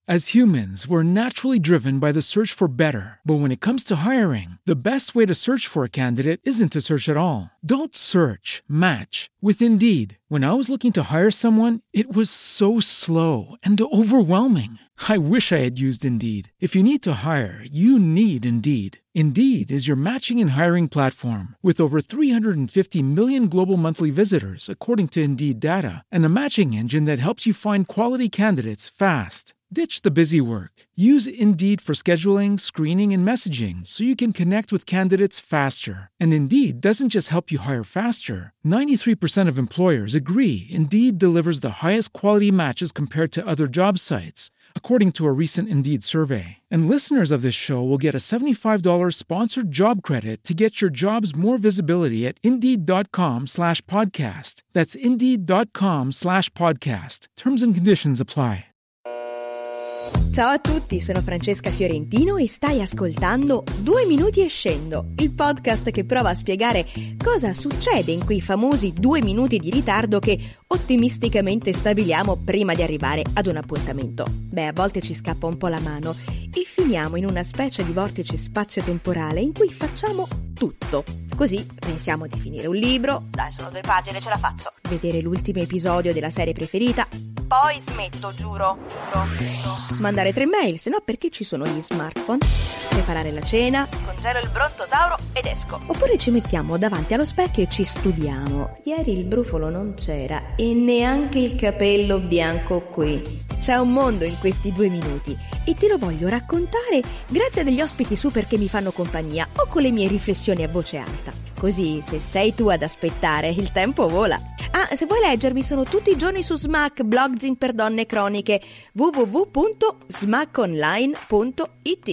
As humans, we're naturally driven by the search for better. But when it comes to hiring, the best way to search for a candidate isn't to search at all. Don't search, match with Indeed. When I was looking to hire someone, it was so slow and overwhelming. I wish I had used Indeed. If you need to hire, you need Indeed. Indeed is your matching and hiring platform with over 350 million global monthly visitors, according to Indeed data, and a matching engine that helps you find quality candidates fast. Ditch the busy work. Use Indeed for scheduling, screening, and messaging so you can connect with candidates faster. And Indeed doesn't just help you hire faster. 93% of employers agree Indeed delivers the highest quality matches compared to other job sites, according to a recent Indeed survey. And listeners of this show will get a $75 sponsored job credit to get your jobs more visibility at Indeed.com/podcast. That's Indeed.com/podcast. Terms and conditions apply. Ciao a tutti, sono Francesca Fiorentino e stai ascoltando 2 minuti e scendo, il podcast che prova a spiegare cosa succede in quei famosi 2 minuti di ritardo che ottimisticamente stabiliamo prima di arrivare ad un appuntamento. A volte ci scappa un po' la mano e finiamo in una specie di vortice spazio-temporale in cui facciamo tutto. Così pensiamo di finire un libro, dai sono 2 pagine, ce la faccio, vedere l'ultimo episodio della serie preferita, poi smetto, giuro. Mandare 3 mail, se no perché ci sono gli smartphone, preparare la cena, scongelo il brontosauro ed esco. Oppure ci mettiamo davanti allo specchio e ci studiamo. Ieri il brufolo non c'era e neanche il capello bianco qui. C'è un mondo in questi 2 minuti e te lo voglio raccontare grazie a degli ospiti super che mi fanno compagnia o con le mie riflessioni a voce alta. Così, se sei tu ad aspettare, il tempo vola. Se vuoi leggermi, sono tutti i giorni su Smack, blogzine per donne croniche, www.smackonline.it.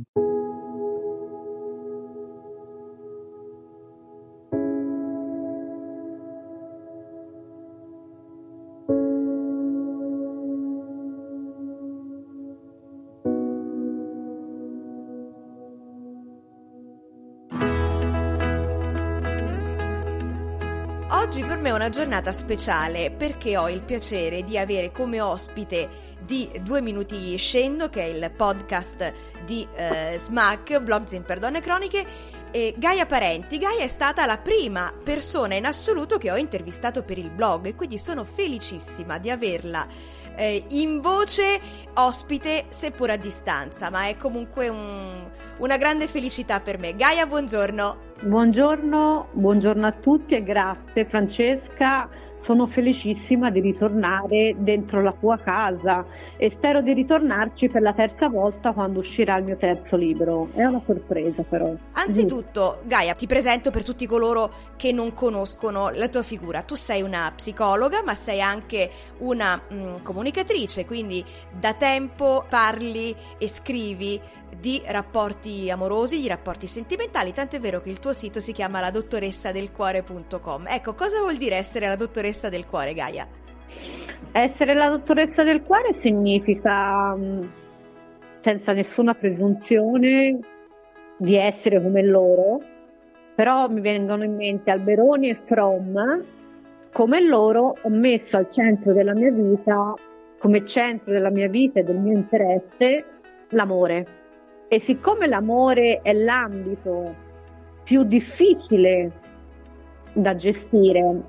Oggi per me è una giornata speciale perché ho il piacere di avere come ospite di 2 minuti scendo, che è il podcast di Smack, blogzine per donne croniche, Gaia Parenti. Gaia è stata la prima persona in assoluto che ho intervistato per il blog e quindi sono felicissima di averla in voce ospite, seppur a distanza, ma è comunque una grande felicità per me. Gaia, buongiorno. Buongiorno a tutti e grazie Francesca, sono felicissima di ritornare dentro la tua casa e spero di ritornarci per la 3ª volta quando uscirà il mio 3° libro. È una sorpresa però. Anzitutto, Gaia, ti presento per tutti coloro che non conoscono la tua figura. Tu sei una psicologa, ma sei anche una comunicatrice, quindi da tempo parli e scrivi di rapporti amorosi, di rapporti sentimentali, tant'è vero che il tuo sito si chiama ladottoressadelcuore.com. Ecco, cosa vuol dire essere la dottoressa del cuore, Gaia? Essere la dottoressa del cuore significa, senza nessuna presunzione, di essere come loro, però mi vengono in mente Alberoni e Fromm. Come loro ho messo al centro della mia vita, come centro della mia vita e del mio interesse, l'amore. E siccome l'amore è l'ambito più difficile da gestire,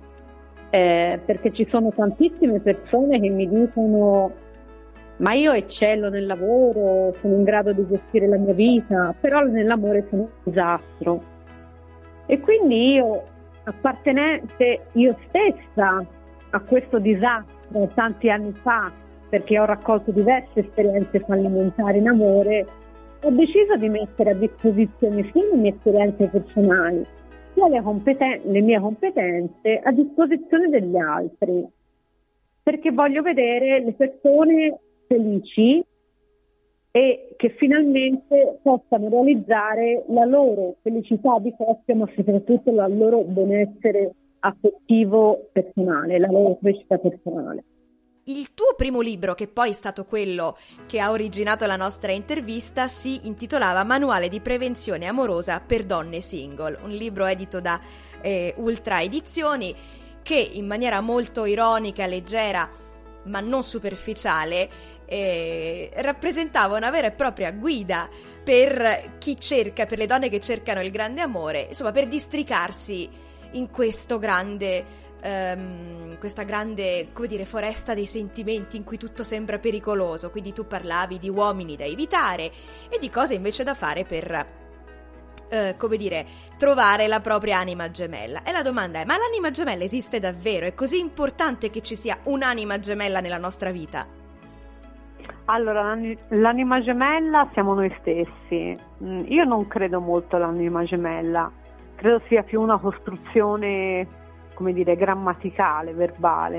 perché ci sono tantissime persone che mi dicono ma io eccello nel lavoro, sono in grado di gestire la mia vita, però nell'amore sono un disastro. E quindi io, appartenente io stessa a questo disastro tanti anni fa, perché ho raccolto diverse esperienze fallimentari in amore, ho deciso di mettere a disposizione sia le mie esperienze personali sia le mie competenze a disposizione degli altri, perché voglio vedere le persone felici e che finalmente possano realizzare la loro felicità di coppia, ma soprattutto il loro benessere affettivo personale, la loro crescita personale. Il tuo primo libro, che poi è stato quello che ha originato la nostra intervista, si intitolava Manuale di prevenzione amorosa per donne single, un libro edito da Ultra Edizioni che in maniera molto ironica, leggera ma non superficiale rappresentava una vera e propria guida per chi cerca, per le donne che cercano il grande amore, insomma, per districarsi in questo questa grande, come dire, foresta dei sentimenti in cui tutto sembra pericoloso. Quindi tu parlavi di uomini da evitare e di cose invece da fare per, come dire, trovare la propria anima gemella. E la domanda è: ma l'anima gemella esiste davvero? È così importante che ci sia un'anima gemella nella nostra vita? Allora, l'anima gemella siamo noi stessi. Io non credo molto all'anima gemella, credo sia più una costruzione, come dire, grammaticale, verbale.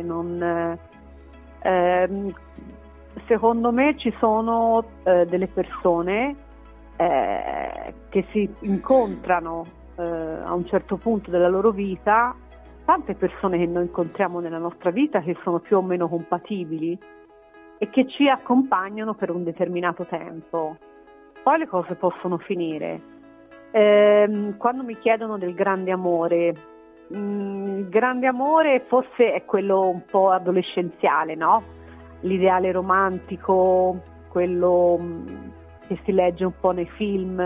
Secondo me ci sono delle persone che si incontrano a un certo punto della loro vita, tante persone che noi incontriamo nella nostra vita che sono più o meno compatibili e che ci accompagnano per un determinato tempo. Poi le cose possono finire. Quando mi chiedono del grande amore, il grande amore forse è quello un po' adolescenziale, no? L'ideale romantico, quello che si legge un po' nei film,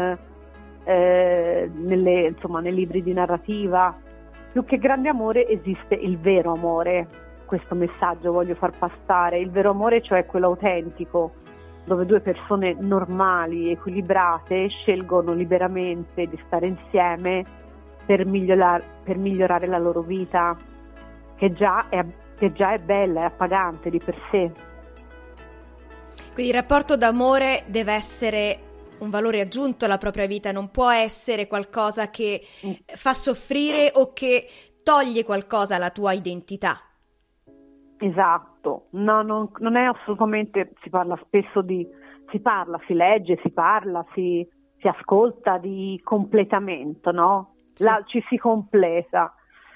nei libri di narrativa. Più che grande amore esiste il vero amore. Questo messaggio voglio far passare. Il vero amore, cioè quello autentico, dove due persone normali, equilibrate, scelgono liberamente di stare insieme per migliorare la loro vita, che già è bella, è appagante di per sé. Quindi il rapporto d'amore deve essere un valore aggiunto alla propria vita, non può essere qualcosa che fa soffrire o che toglie qualcosa alla tua identità. Esatto, no, non è assolutamente, si legge, si ascolta di completamento, no? Sì. Là ci si completa.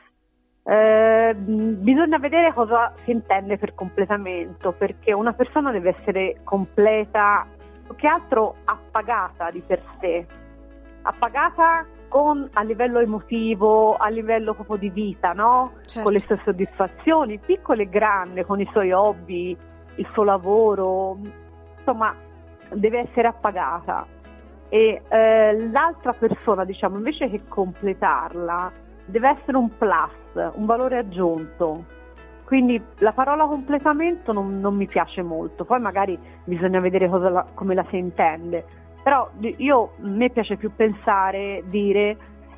Bisogna vedere cosa si intende per completamento, perché una persona deve essere completa, più che altro appagata di per sé, appagata a livello emotivo, a livello proprio di vita, no? Certo. Con le sue soddisfazioni, piccole e grandi, con i suoi hobby, il suo lavoro, insomma, deve essere appagata. E l'altra persona, diciamo, invece che completarla, deve essere un plus, un valore aggiunto. Quindi la parola completamento non mi piace molto, poi magari bisogna vedere come la si intende. Però a me piace più dire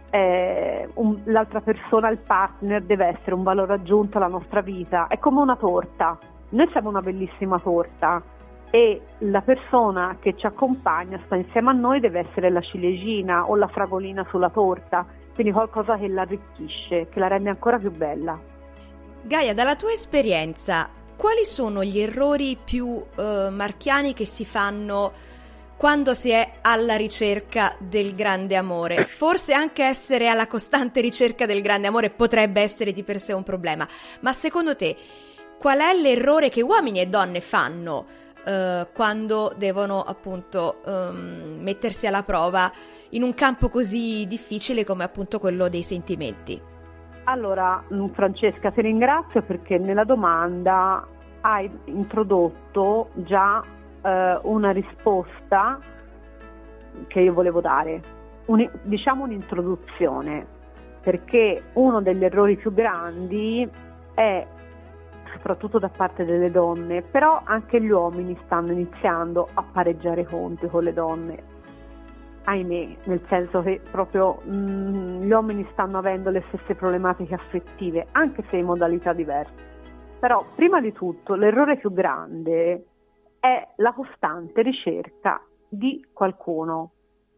l'altra persona, il partner, deve essere un valore aggiunto alla nostra vita. È come una torta, noi siamo una bellissima torta e la persona che ci accompagna, sta insieme a noi, deve essere la ciliegina o la fragolina sulla torta, quindi qualcosa che l'arricchisce, che la rende ancora più bella. Gaia, dalla tua esperienza, quali sono gli errori più marchiani che si fanno quando si è alla ricerca del grande amore? Forse anche essere alla costante ricerca del grande amore potrebbe essere di per sé un problema, ma secondo te qual è l'errore che uomini e donne fanno quando devono appunto mettersi alla prova in un campo così difficile come appunto quello dei sentimenti? Allora, Francesca, ti ringrazio perché nella domanda hai introdotto già una risposta che io volevo dare, diciamo un'introduzione, perché uno degli errori più grandi è, soprattutto da parte delle donne, però anche gli uomini stanno iniziando a pareggiare i conti con le donne, ahimè, nel senso che proprio gli uomini stanno avendo le stesse problematiche affettive, anche se in modalità diverse. Però prima di tutto l'errore più grande è la costante ricerca di qualcuno.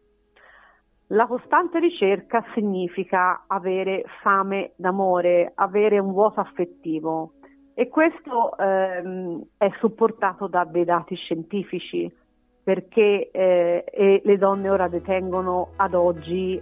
La costante ricerca significa avere fame d'amore, avere un vuoto affettivo, e questo è supportato da dei dati scientifici, perché le donne ora detengono ad oggi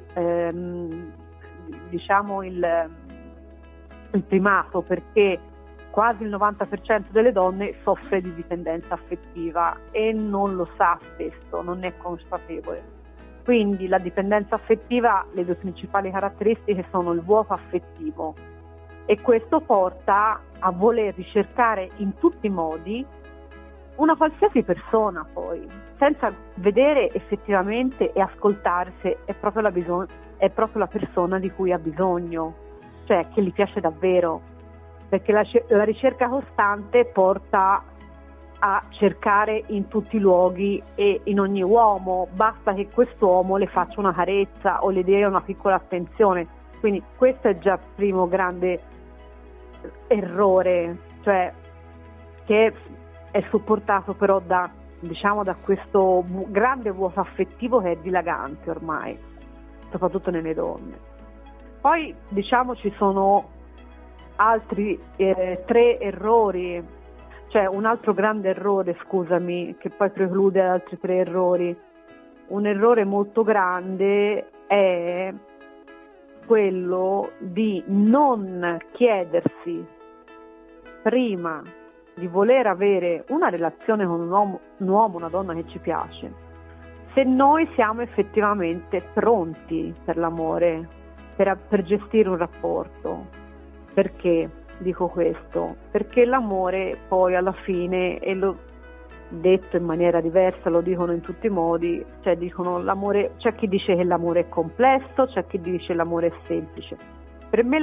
diciamo il primato, perché quasi il 90% delle donne soffre di dipendenza affettiva e non lo sa spesso, non è consapevole. Quindi la dipendenza affettiva, le due principali caratteristiche sono il vuoto affettivo, e questo porta a voler ricercare in tutti i modi una qualsiasi persona, poi, senza vedere effettivamente e ascoltare se è proprio la persona di cui ha bisogno, cioè che gli piace davvero, perché la ricerca costante porta a cercare in tutti i luoghi e in ogni uomo, basta che quest'uomo le faccia una carezza o le dia una piccola attenzione. Quindi questo è già il primo grande errore, cioè che è supportato però da questo grande vuoto affettivo che è dilagante ormai, soprattutto nelle donne. Poi ci sono altri 3 errori, cioè un altro grande errore, che poi preclude altri 3 errori. Un errore molto grande è quello di non chiedersi prima di voler avere una relazione con un uomo, una donna che ci piace, se noi siamo effettivamente pronti per l'amore, per gestire un rapporto. Perché dico questo? Perché l'amore poi alla fine, e l'ho detto in maniera diversa, lo dicono in tutti i modi, cioè dicono l'amore, c'è chi dice che l'amore è complesso, c'è chi dice che l'amore è semplice. Per me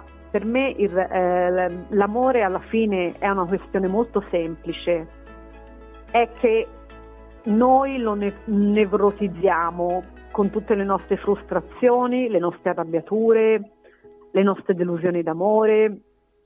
l'amore alla fine è una questione molto semplice, è che noi lo nevrotizziamo con tutte le nostre frustrazioni, le nostre arrabbiature, le nostre delusioni d'amore,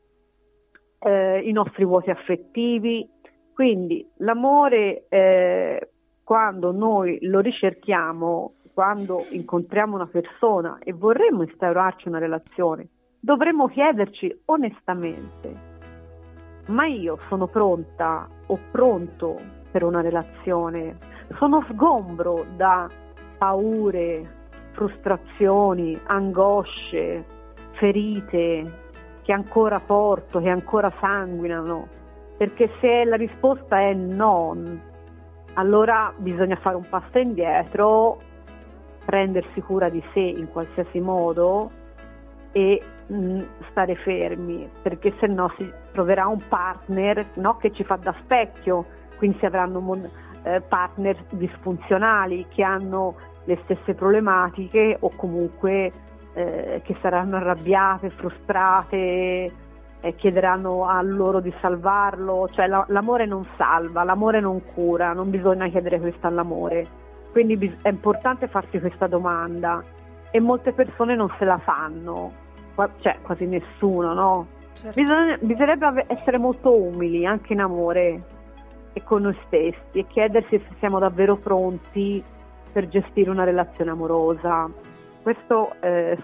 i nostri vuoti affettivi. Quindi l'amore, quando noi lo ricerchiamo, quando incontriamo una persona e vorremmo instaurarci una relazione, dovremmo chiederci onestamente: ma io sono pronta o pronto per una relazione? Sono sgombro da paure, frustrazioni, angosce, ferite che ancora porto, che ancora sanguinano? Perché se la risposta è no, allora bisogna fare un passo indietro, prendersi cura di sé in qualsiasi modo e stare fermi, perché se no si troverà un partner, no, che ci fa da specchio, quindi si avranno partner disfunzionali che hanno le stesse problematiche o comunque che saranno arrabbiate, frustrate, chiederanno a loro di salvarlo. Cioè l'amore non salva, l'amore non cura, non bisogna chiedere questo all'amore. Quindi è importante farsi questa domanda e molte persone non se la fanno, cioè quasi nessuno, no? Certo. Bisognerebbe essere molto umili anche in amore e con noi stessi e chiedersi se siamo davvero pronti per gestire una relazione amorosa. Questo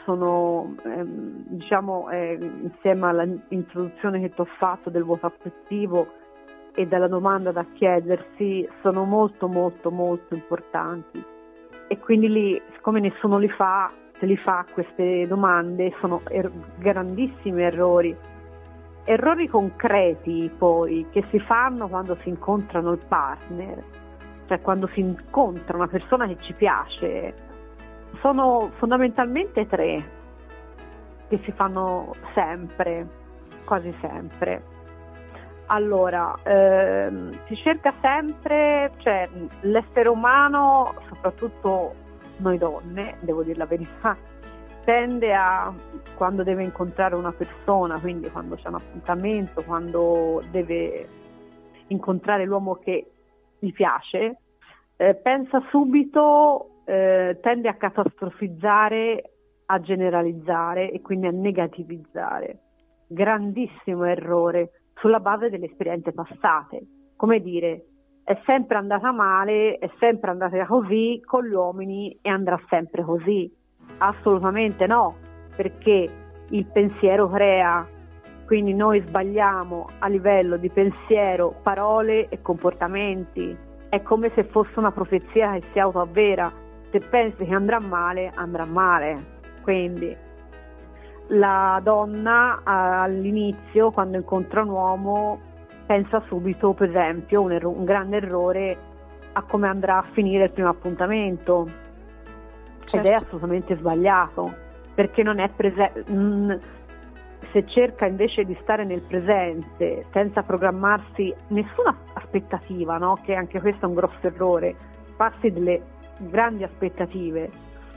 insieme all'introduzione che ti ho fatto del vuoto affettivo e della domanda da chiedersi, sono molto molto molto importanti. E quindi lì, siccome nessuno se li fa queste domande, sono grandissimi errori concreti poi che si fanno quando si incontrano il partner, cioè quando si incontra una persona che ci piace. Sono fondamentalmente 3 che si fanno sempre, quasi sempre. Allora, si cerca sempre, cioè l'essere umano, soprattutto noi donne, devo dire la verità, tende a, quando deve incontrare una persona, quindi quando c'è un appuntamento, quando deve incontrare l'uomo che gli piace, pensa subito, tende a catastrofizzare, a generalizzare e quindi a negativizzare. Grandissimo errore sulla base delle esperienze passate. Come dire, è sempre andata male, è sempre andata così con gli uomini e andrà sempre così. Assolutamente no, perché il pensiero crea, quindi noi sbagliamo a livello di pensiero, parole e comportamenti. È come se fosse una profezia che si autoavvera. Se pensi che andrà male, andrà male. Quindi la donna all'inizio, quando incontra un uomo, pensa subito, per esempio, un grande errore, a come andrà a finire il primo appuntamento. Certo. Ed è assolutamente sbagliato, perché non è se cerca invece di stare nel presente senza programmarsi, nessuno ha aspettativa, no? Che anche questo è un grosso errore, farsi delle grandi aspettative.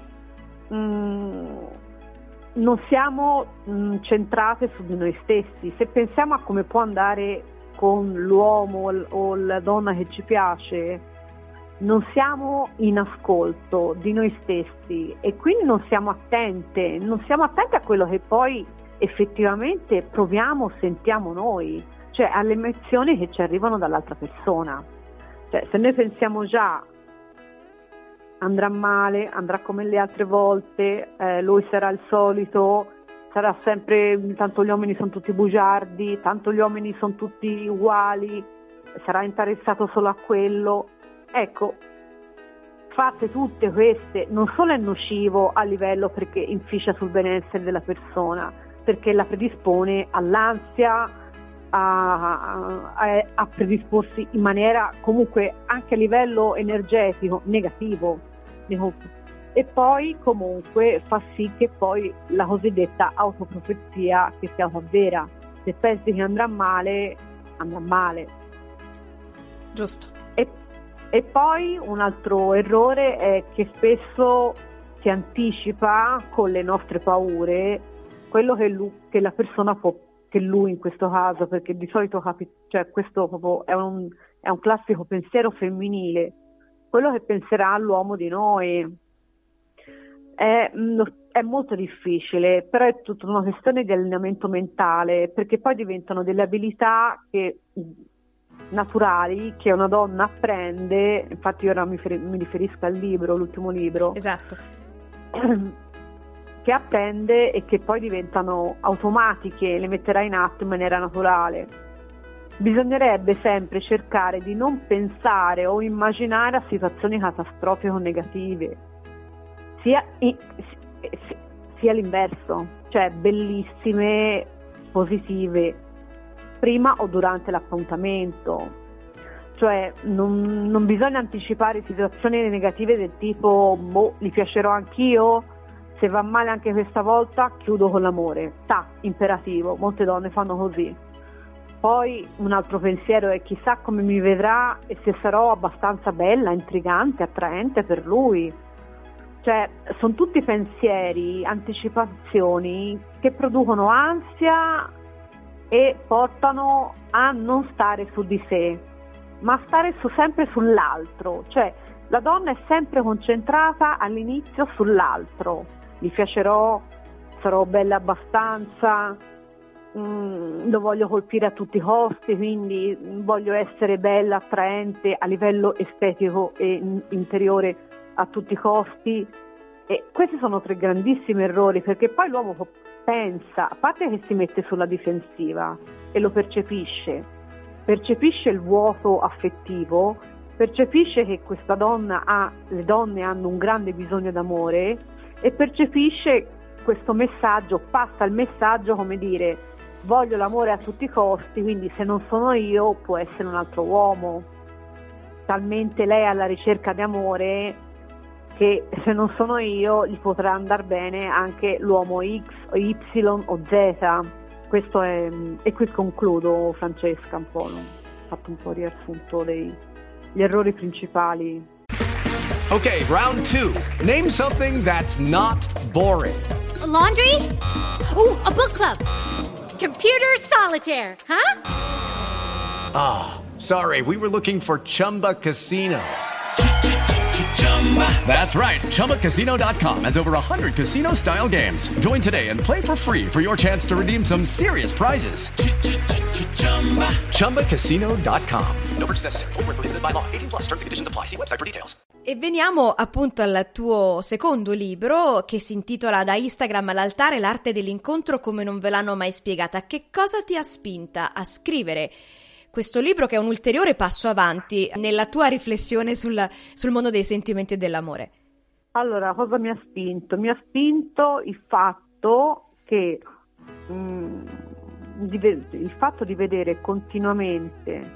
Non siamo centrate su di noi stessi. Se pensiamo a come può andare con l'uomo o la donna che ci piace, non siamo in ascolto di noi stessi e quindi non siamo attente a quello che poi effettivamente proviamo, sentiamo noi, cioè alle emozioni che ci arrivano dall'altra persona. Cioè, se noi pensiamo già andrà male, andrà come le altre volte, lui sarà il solito, sarà sempre, tanto gli uomini sono tutti bugiardi, tanto gli uomini sono tutti uguali, sarà interessato solo a quello. Ecco, fatte tutte queste, non solo è nocivo a livello perché inficia sul benessere della persona, perché la predispone all'ansia, a predisporsi in maniera comunque anche a livello energetico negativo, e poi comunque fa sì che poi la cosiddetta autoprofezia che si autoavvera. Se pensi che andrà male, andrà male. Giusto. E poi un altro errore è che spesso si anticipa con le nostre paure quello che la persona può, che lui in questo caso, perché di solito cioè questo proprio è un classico pensiero femminile, quello che penserà l'uomo di noi. È molto difficile, però è tutta una questione di allenamento mentale, perché poi diventano delle abilità naturali che una donna apprende. Infatti ora mi riferisco al libro, l'ultimo libro, esatto, che apprende e che poi diventano automatiche, le metterà in atto in maniera naturale. Bisognerebbe sempre cercare di non pensare o immaginare a situazioni catastrofiche o negative, sia l'inverso, cioè bellissime, positive, prima o durante l'appuntamento. Cioè non bisogna anticipare situazioni negative del tipo gli piacerò anch'io, se va male anche questa volta chiudo con l'amore, imperativo, molte donne fanno così. Poi un altro pensiero è chissà come mi vedrà e se sarò abbastanza bella, intrigante, attraente per lui. Cioè sono tutti pensieri, anticipazioni che producono ansia e portano a non stare su di sé, ma stare sempre sull'altro. Cioè la donna è sempre concentrata all'inizio sull'altro, gli piacerò, sarò bella abbastanza, lo voglio colpire a tutti i costi, quindi voglio essere bella, attraente a livello estetico e interiore a tutti i costi. E questi sono 3 grandissimi errori, perché poi l'uomo pensa, a parte che si mette sulla difensiva e lo percepisce il vuoto affettivo, percepisce che questa donna le donne hanno un grande bisogno d'amore e percepisce questo messaggio, passa il messaggio come dire voglio l'amore a tutti i costi, quindi se non sono io può essere un altro uomo. Talmente lei è alla ricerca di amore che se non sono io gli potrà andare bene anche l'uomo X o Y o Z. Questo è, e qui concludo, Francesca, un po', ho fatto un po' riassunto degli errori principali. Okay, round 2. Name something that's not boring. A laundry? Ooh, a book club. Computer solitaire, huh? Ah, sorry, we were looking for Chumba Casino. That's right, ChumbaCasino.com has over 100 casino-style games. Join today and play for free for your chance to redeem some serious prizes. ChumbaCasino.com. No purchase necessary. Void where prohibited by law. 18+ terms and conditions apply. See website for details. E veniamo appunto al tuo secondo libro, che si intitola Da Instagram all'altare, l'arte dell'incontro come non ve l'hanno mai spiegata. Che cosa ti ha spinta a scrivere questo libro, che è un ulteriore passo avanti nella tua riflessione sul mondo dei sentimenti e dell'amore? Allora, cosa mi ha spinto? Mi ha spinto il fatto che il fatto di vedere continuamente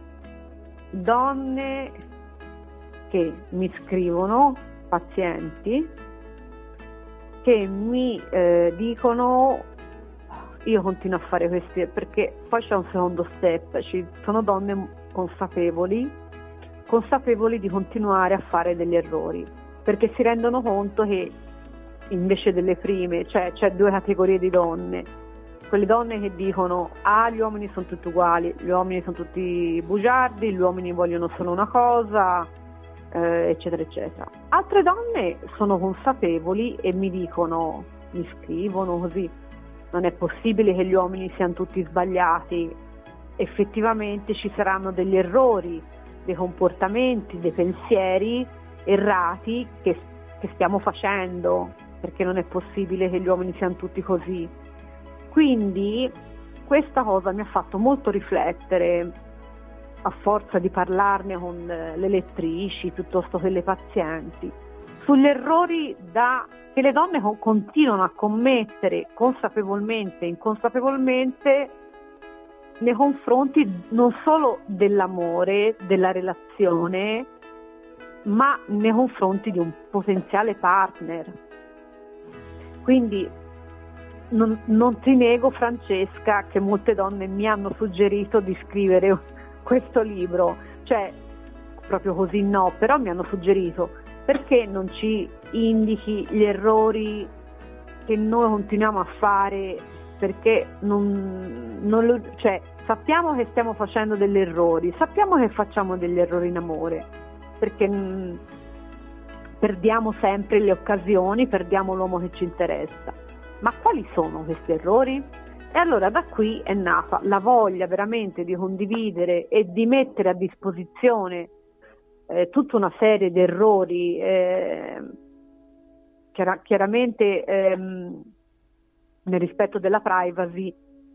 donne che mi scrivono, pazienti, che mi dicono io continuo a fare questi, perché poi c'è un secondo step, ci sono donne consapevoli di continuare a fare degli errori, perché si rendono conto che invece delle prime, cioè c'è due categorie di donne: quelle donne che dicono gli uomini sono tutti uguali, gli uomini sono tutti bugiardi, gli uomini vogliono solo una cosa, eccetera eccetera. Altre donne sono consapevoli e mi scrivono così: non è possibile che gli uomini siano tutti sbagliati, effettivamente ci saranno degli errori, dei comportamenti, dei pensieri errati che stiamo facendo, perché non è possibile che gli uomini siano tutti così. Quindi questa cosa mi ha fatto molto riflettere, a forza di parlarne con le lettrici piuttosto che le pazienti, sugli errori che le donne continuano a commettere consapevolmente e inconsapevolmente nei confronti non solo dell'amore, della relazione, ma nei confronti di un potenziale partner. Quindi non ti nego, Francesca, che molte donne mi hanno suggerito di scrivere questo libro, cioè proprio così no, però mi hanno suggerito: perché non ci indichi gli errori che noi continuiamo a fare, perché sappiamo che stiamo facendo degli errori, sappiamo che facciamo degli errori in amore, perché perdiamo sempre le occasioni, perdiamo l'uomo che ci interessa. Ma quali sono questi errori? E allora da qui è nata la voglia veramente di condividere e di mettere a disposizione tutta una serie di errori, chiaramente nel rispetto della privacy,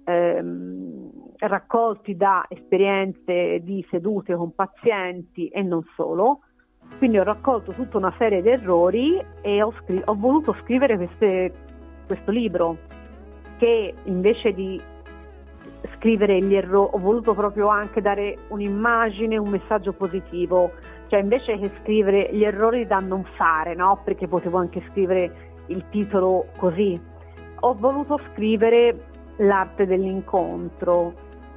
raccolti da esperienze di sedute con pazienti e non solo. Quindi ho raccolto tutta una serie di errori e ho voluto scrivere questo libro, che invece di scrivere gli errori ho voluto proprio anche dare un'immagine, un messaggio positivo, cioè invece che scrivere gli errori da non fare, no? Perché potevo anche scrivere il titolo così. Ho voluto scrivere l'arte dell'incontro,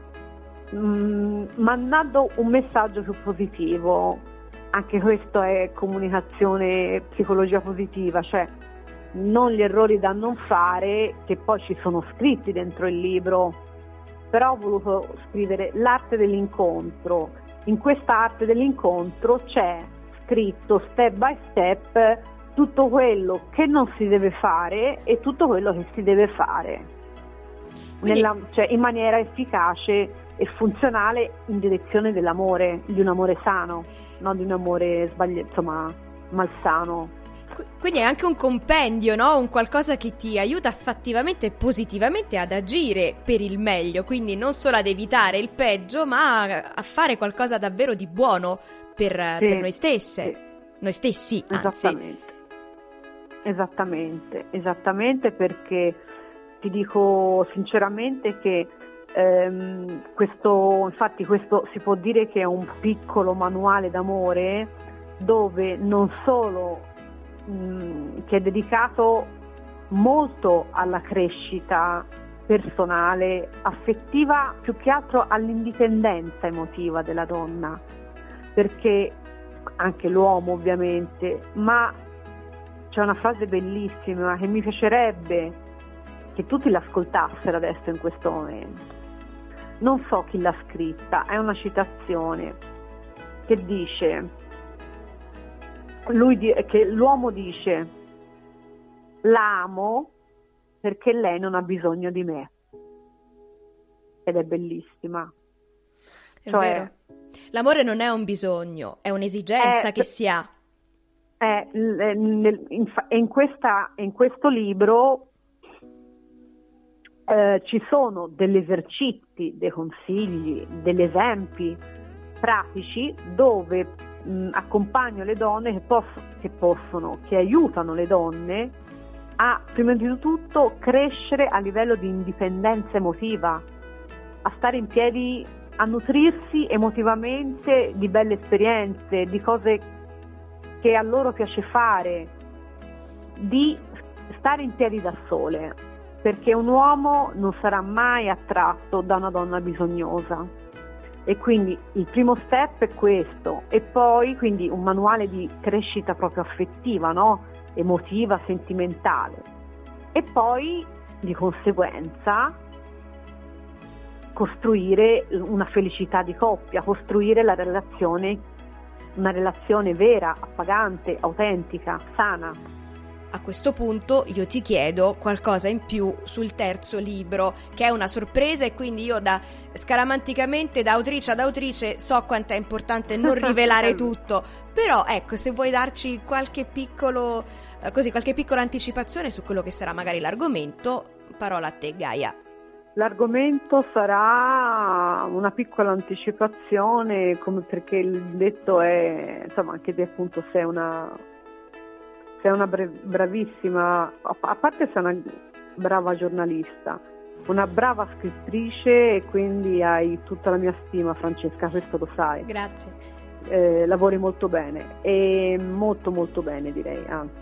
mandando un messaggio più positivo. Anche questo è comunicazione, psicologia positiva, cioè non gli errori da non fare, che poi ci sono scritti dentro il libro, però ho voluto scrivere l'arte dell'incontro. In questa arte dell'incontro c'è scritto step by step tutto quello che non si deve fare e tutto quello che si deve fare, cioè in maniera efficace e funzionale in direzione dell'amore, di un amore sano, non di un amore malsano. Quindi è anche un compendio, no? Un qualcosa che ti aiuta fattivamente e positivamente ad agire per il meglio, quindi non solo ad evitare il peggio, ma a fare qualcosa davvero di buono per noi stesse, sì. Noi stessi, anzi. Esattamente, perché ti dico sinceramente che questo si può dire che è un piccolo manuale d'amore, dove non solo che è dedicato molto alla crescita personale, affettiva, più che altro all'indipendenza emotiva della donna, perché anche l'uomo ovviamente, ma c'è una frase bellissima che mi piacerebbe che tutti l'ascoltassero adesso in questo momento. Non so chi l'ha scritta, è una citazione che dice: che l'uomo dice: la amo perché lei non ha bisogno di me. Ed è bellissima. È vero. L'amore non è un bisogno, è un'esigenza che si ha. In questo libro ci sono degli esercizi, dei consigli, degli esempi pratici dove accompagno le donne che aiutano le donne a, prima di tutto, crescere a livello di indipendenza emotiva, a stare in piedi, a nutrirsi emotivamente di belle esperienze, di cose che a loro piace fare, di stare in piedi da sole, perché un uomo non sarà mai attratto da una donna bisognosa. E quindi il primo step è questo, e poi quindi un manuale di crescita proprio affettiva, no? Emotiva, sentimentale, e poi di conseguenza costruire una felicità di coppia, costruire una relazione vera, appagante, autentica, sana. A questo punto io ti chiedo qualcosa in più sul terzo libro, che è una sorpresa, e quindi io scaramanticamente da autrice ad autrice so quanto è importante non rivelare tutto, però ecco, se vuoi darci qualche piccola anticipazione su quello che sarà magari l'argomento, parola a te, Gaia. L'argomento sarà una piccola anticipazione, come perché il detto è, insomma, anche te appunto sei una bravissima, a parte sei una brava giornalista, una brava scrittrice, e quindi hai tutta la mia stima, Francesca, questo lo sai. Grazie. Lavori molto bene, e molto molto bene, direi, anzi.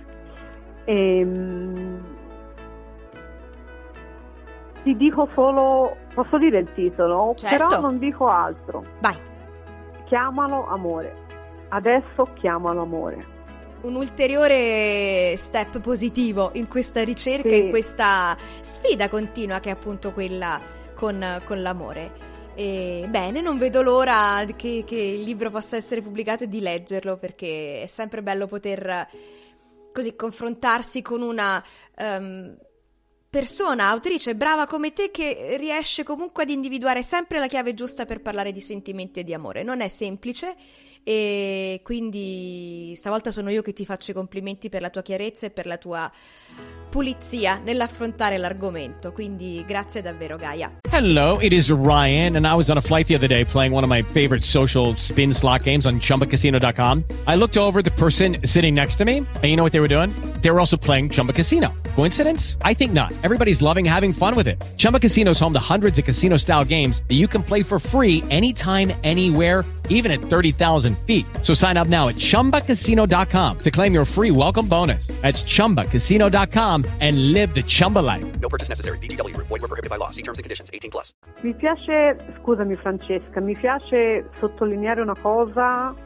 Ti dico solo, posso dire il titolo? Certo. Però non dico altro. Vai. Chiamalo amore. Adesso chiamalo amore. Un ulteriore step positivo in questa ricerca, sì, in questa sfida continua che è appunto quella con l'amore. E bene, non vedo l'ora che il libro possa essere pubblicato e di leggerlo, perché è sempre bello poter così confrontarsi con una persona, autrice brava come te, che riesce comunque ad individuare sempre la chiave giusta per parlare di sentimenti e di amore. Non è semplice, e quindi stavolta sono io che ti faccio i complimenti per la tua chiarezza e per la tua pulizia nell'affrontare l'argomento, quindi grazie davvero, Gaia. Hello, it is Ryan, and I was on a flight the other day playing one of my favorite social spin slot games on ChumbaCasino.com. I looked over at the person sitting next to me, and you know what they were doing? They were also playing Chumba Casino. Coincidence? I think not. Everybody's loving having fun with it. Chumba Casino is home to hundreds of casino-style games that you can play for free anytime, anywhere, even at 30,000 feet. So sign up now at ChumbaCasino.com to claim your free welcome bonus. That's ChumbaCasino.com and live the Chumba life. No purchase necessary. VGW. Void where prohibited by law. See terms and conditions. 18+. Mi piace, scusami Francesca, mi piace sottolineare una cosa,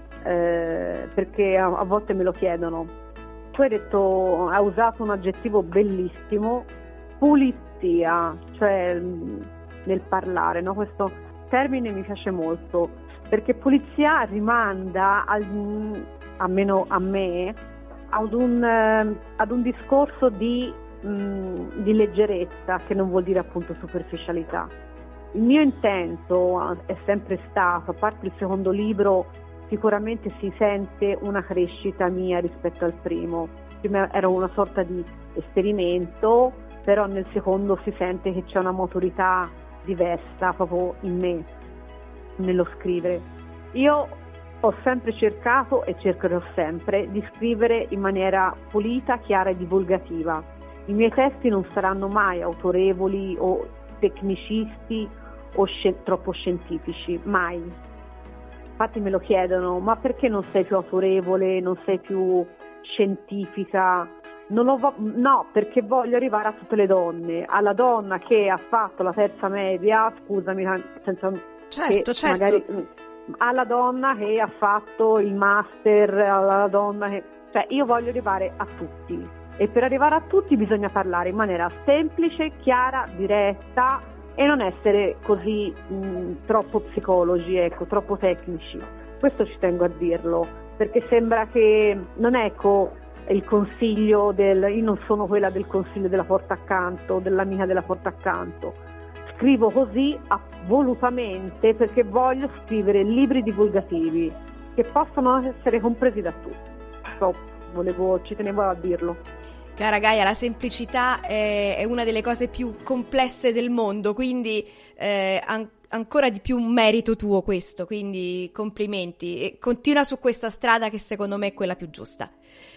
perché a volte me lo chiedono. Tu hai usato un aggettivo bellissimo, pulizia, cioè nel parlare, no? Questo termine mi piace molto, perché pulizia rimanda, almeno a me, ad un discorso di leggerezza, che non vuol dire appunto superficialità. Il mio intento è sempre stato, a parte il secondo libro, sicuramente si sente una crescita mia rispetto al primo. Prima era una sorta di esperimento, però nel secondo si sente che c'è una maturità diversa proprio in me, nello scrivere. Io ho sempre cercato, e cercherò sempre, di scrivere in maniera pulita, chiara e divulgativa. I miei testi non saranno mai autorevoli o tecnicisti o troppo scientifici, mai. Infatti me lo chiedono, ma perché non sei più autorevole, non sei più scientifica? No, perché voglio arrivare a tutte le donne, alla donna che ha fatto la terza media, scusami, senza certo. Magari, alla donna che ha fatto il master, alla donna che... Cioè io voglio arrivare a tutti, e per arrivare a tutti bisogna parlare in maniera semplice, chiara, diretta, e non essere così troppo psicologi, ecco, troppo tecnici. Questo ci tengo a dirlo, perché sembra che non è il consiglio io non sono quella del consiglio della porta accanto, dell'amica della porta accanto. Scrivo così volutamente perché voglio scrivere libri divulgativi che possono essere compresi da tutti. Ci tenevo a dirlo. Cara Gaia, la semplicità è una delle cose più complesse del mondo, quindi ancora di più un merito tuo questo, quindi complimenti, e continua su questa strada che secondo me è quella più giusta.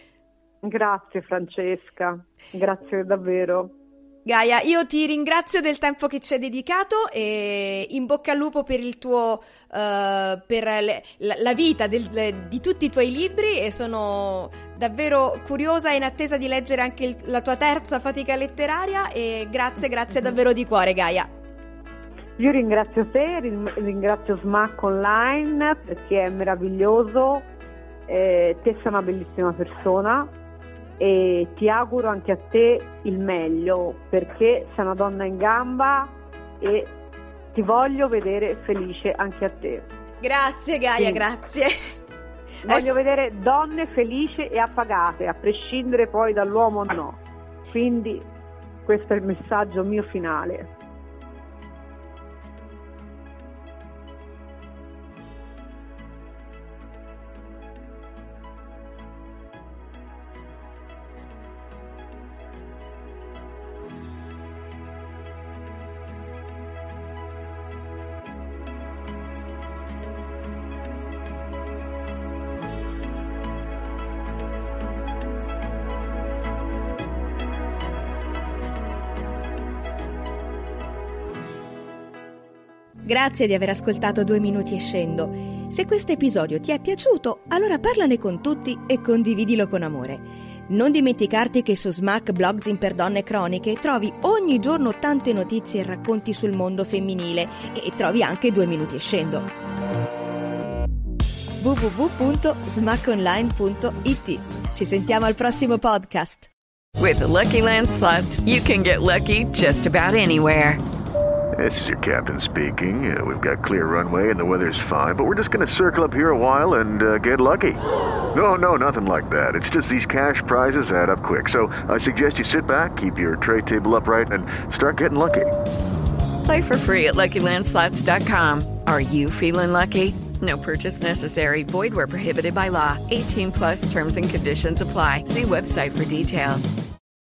Grazie Francesca, grazie davvero. Gaia, io ti ringrazio del tempo che ci hai dedicato, e in bocca al lupo per il tuo per la vita di tutti i tuoi libri, e sono davvero curiosa e in attesa di leggere anche la tua terza fatica letteraria, e grazie davvero di cuore, Gaia. Io ringrazio te, ringrazio Smack Online perché è meraviglioso, te sei una bellissima persona e ti auguro anche a te il meglio perché sei una donna in gamba e ti voglio vedere felice anche a te. Grazie Gaia, sì. Grazie. Voglio vedere donne felici e appagate, a prescindere poi dall'uomo o no. Quindi questo è il messaggio mio finale. Grazie di aver ascoltato 2 minuti e scendo. Se questo episodio ti è piaciuto, allora parlane con tutti e condividilo con amore. Non dimenticarti che su Smack Blogging per Donne Croniche trovi ogni giorno tante notizie e racconti sul mondo femminile e trovi anche 2 minuti e scendo. www.smackonline.it. Ci sentiamo al prossimo podcast. With the Lucky Land Slots, you can get lucky just about anywhere. This is your captain speaking. We've got clear runway and the weather's fine, but we're just going to circle up here a while and get lucky. No, nothing like that. It's just these cash prizes add up quick. So I suggest you sit back, keep your tray table upright, and start getting lucky. Play for free at LuckyLandSlots.com. Are you feeling lucky? No purchase necessary. Void where prohibited by law. 18+ terms and conditions apply. See website for details.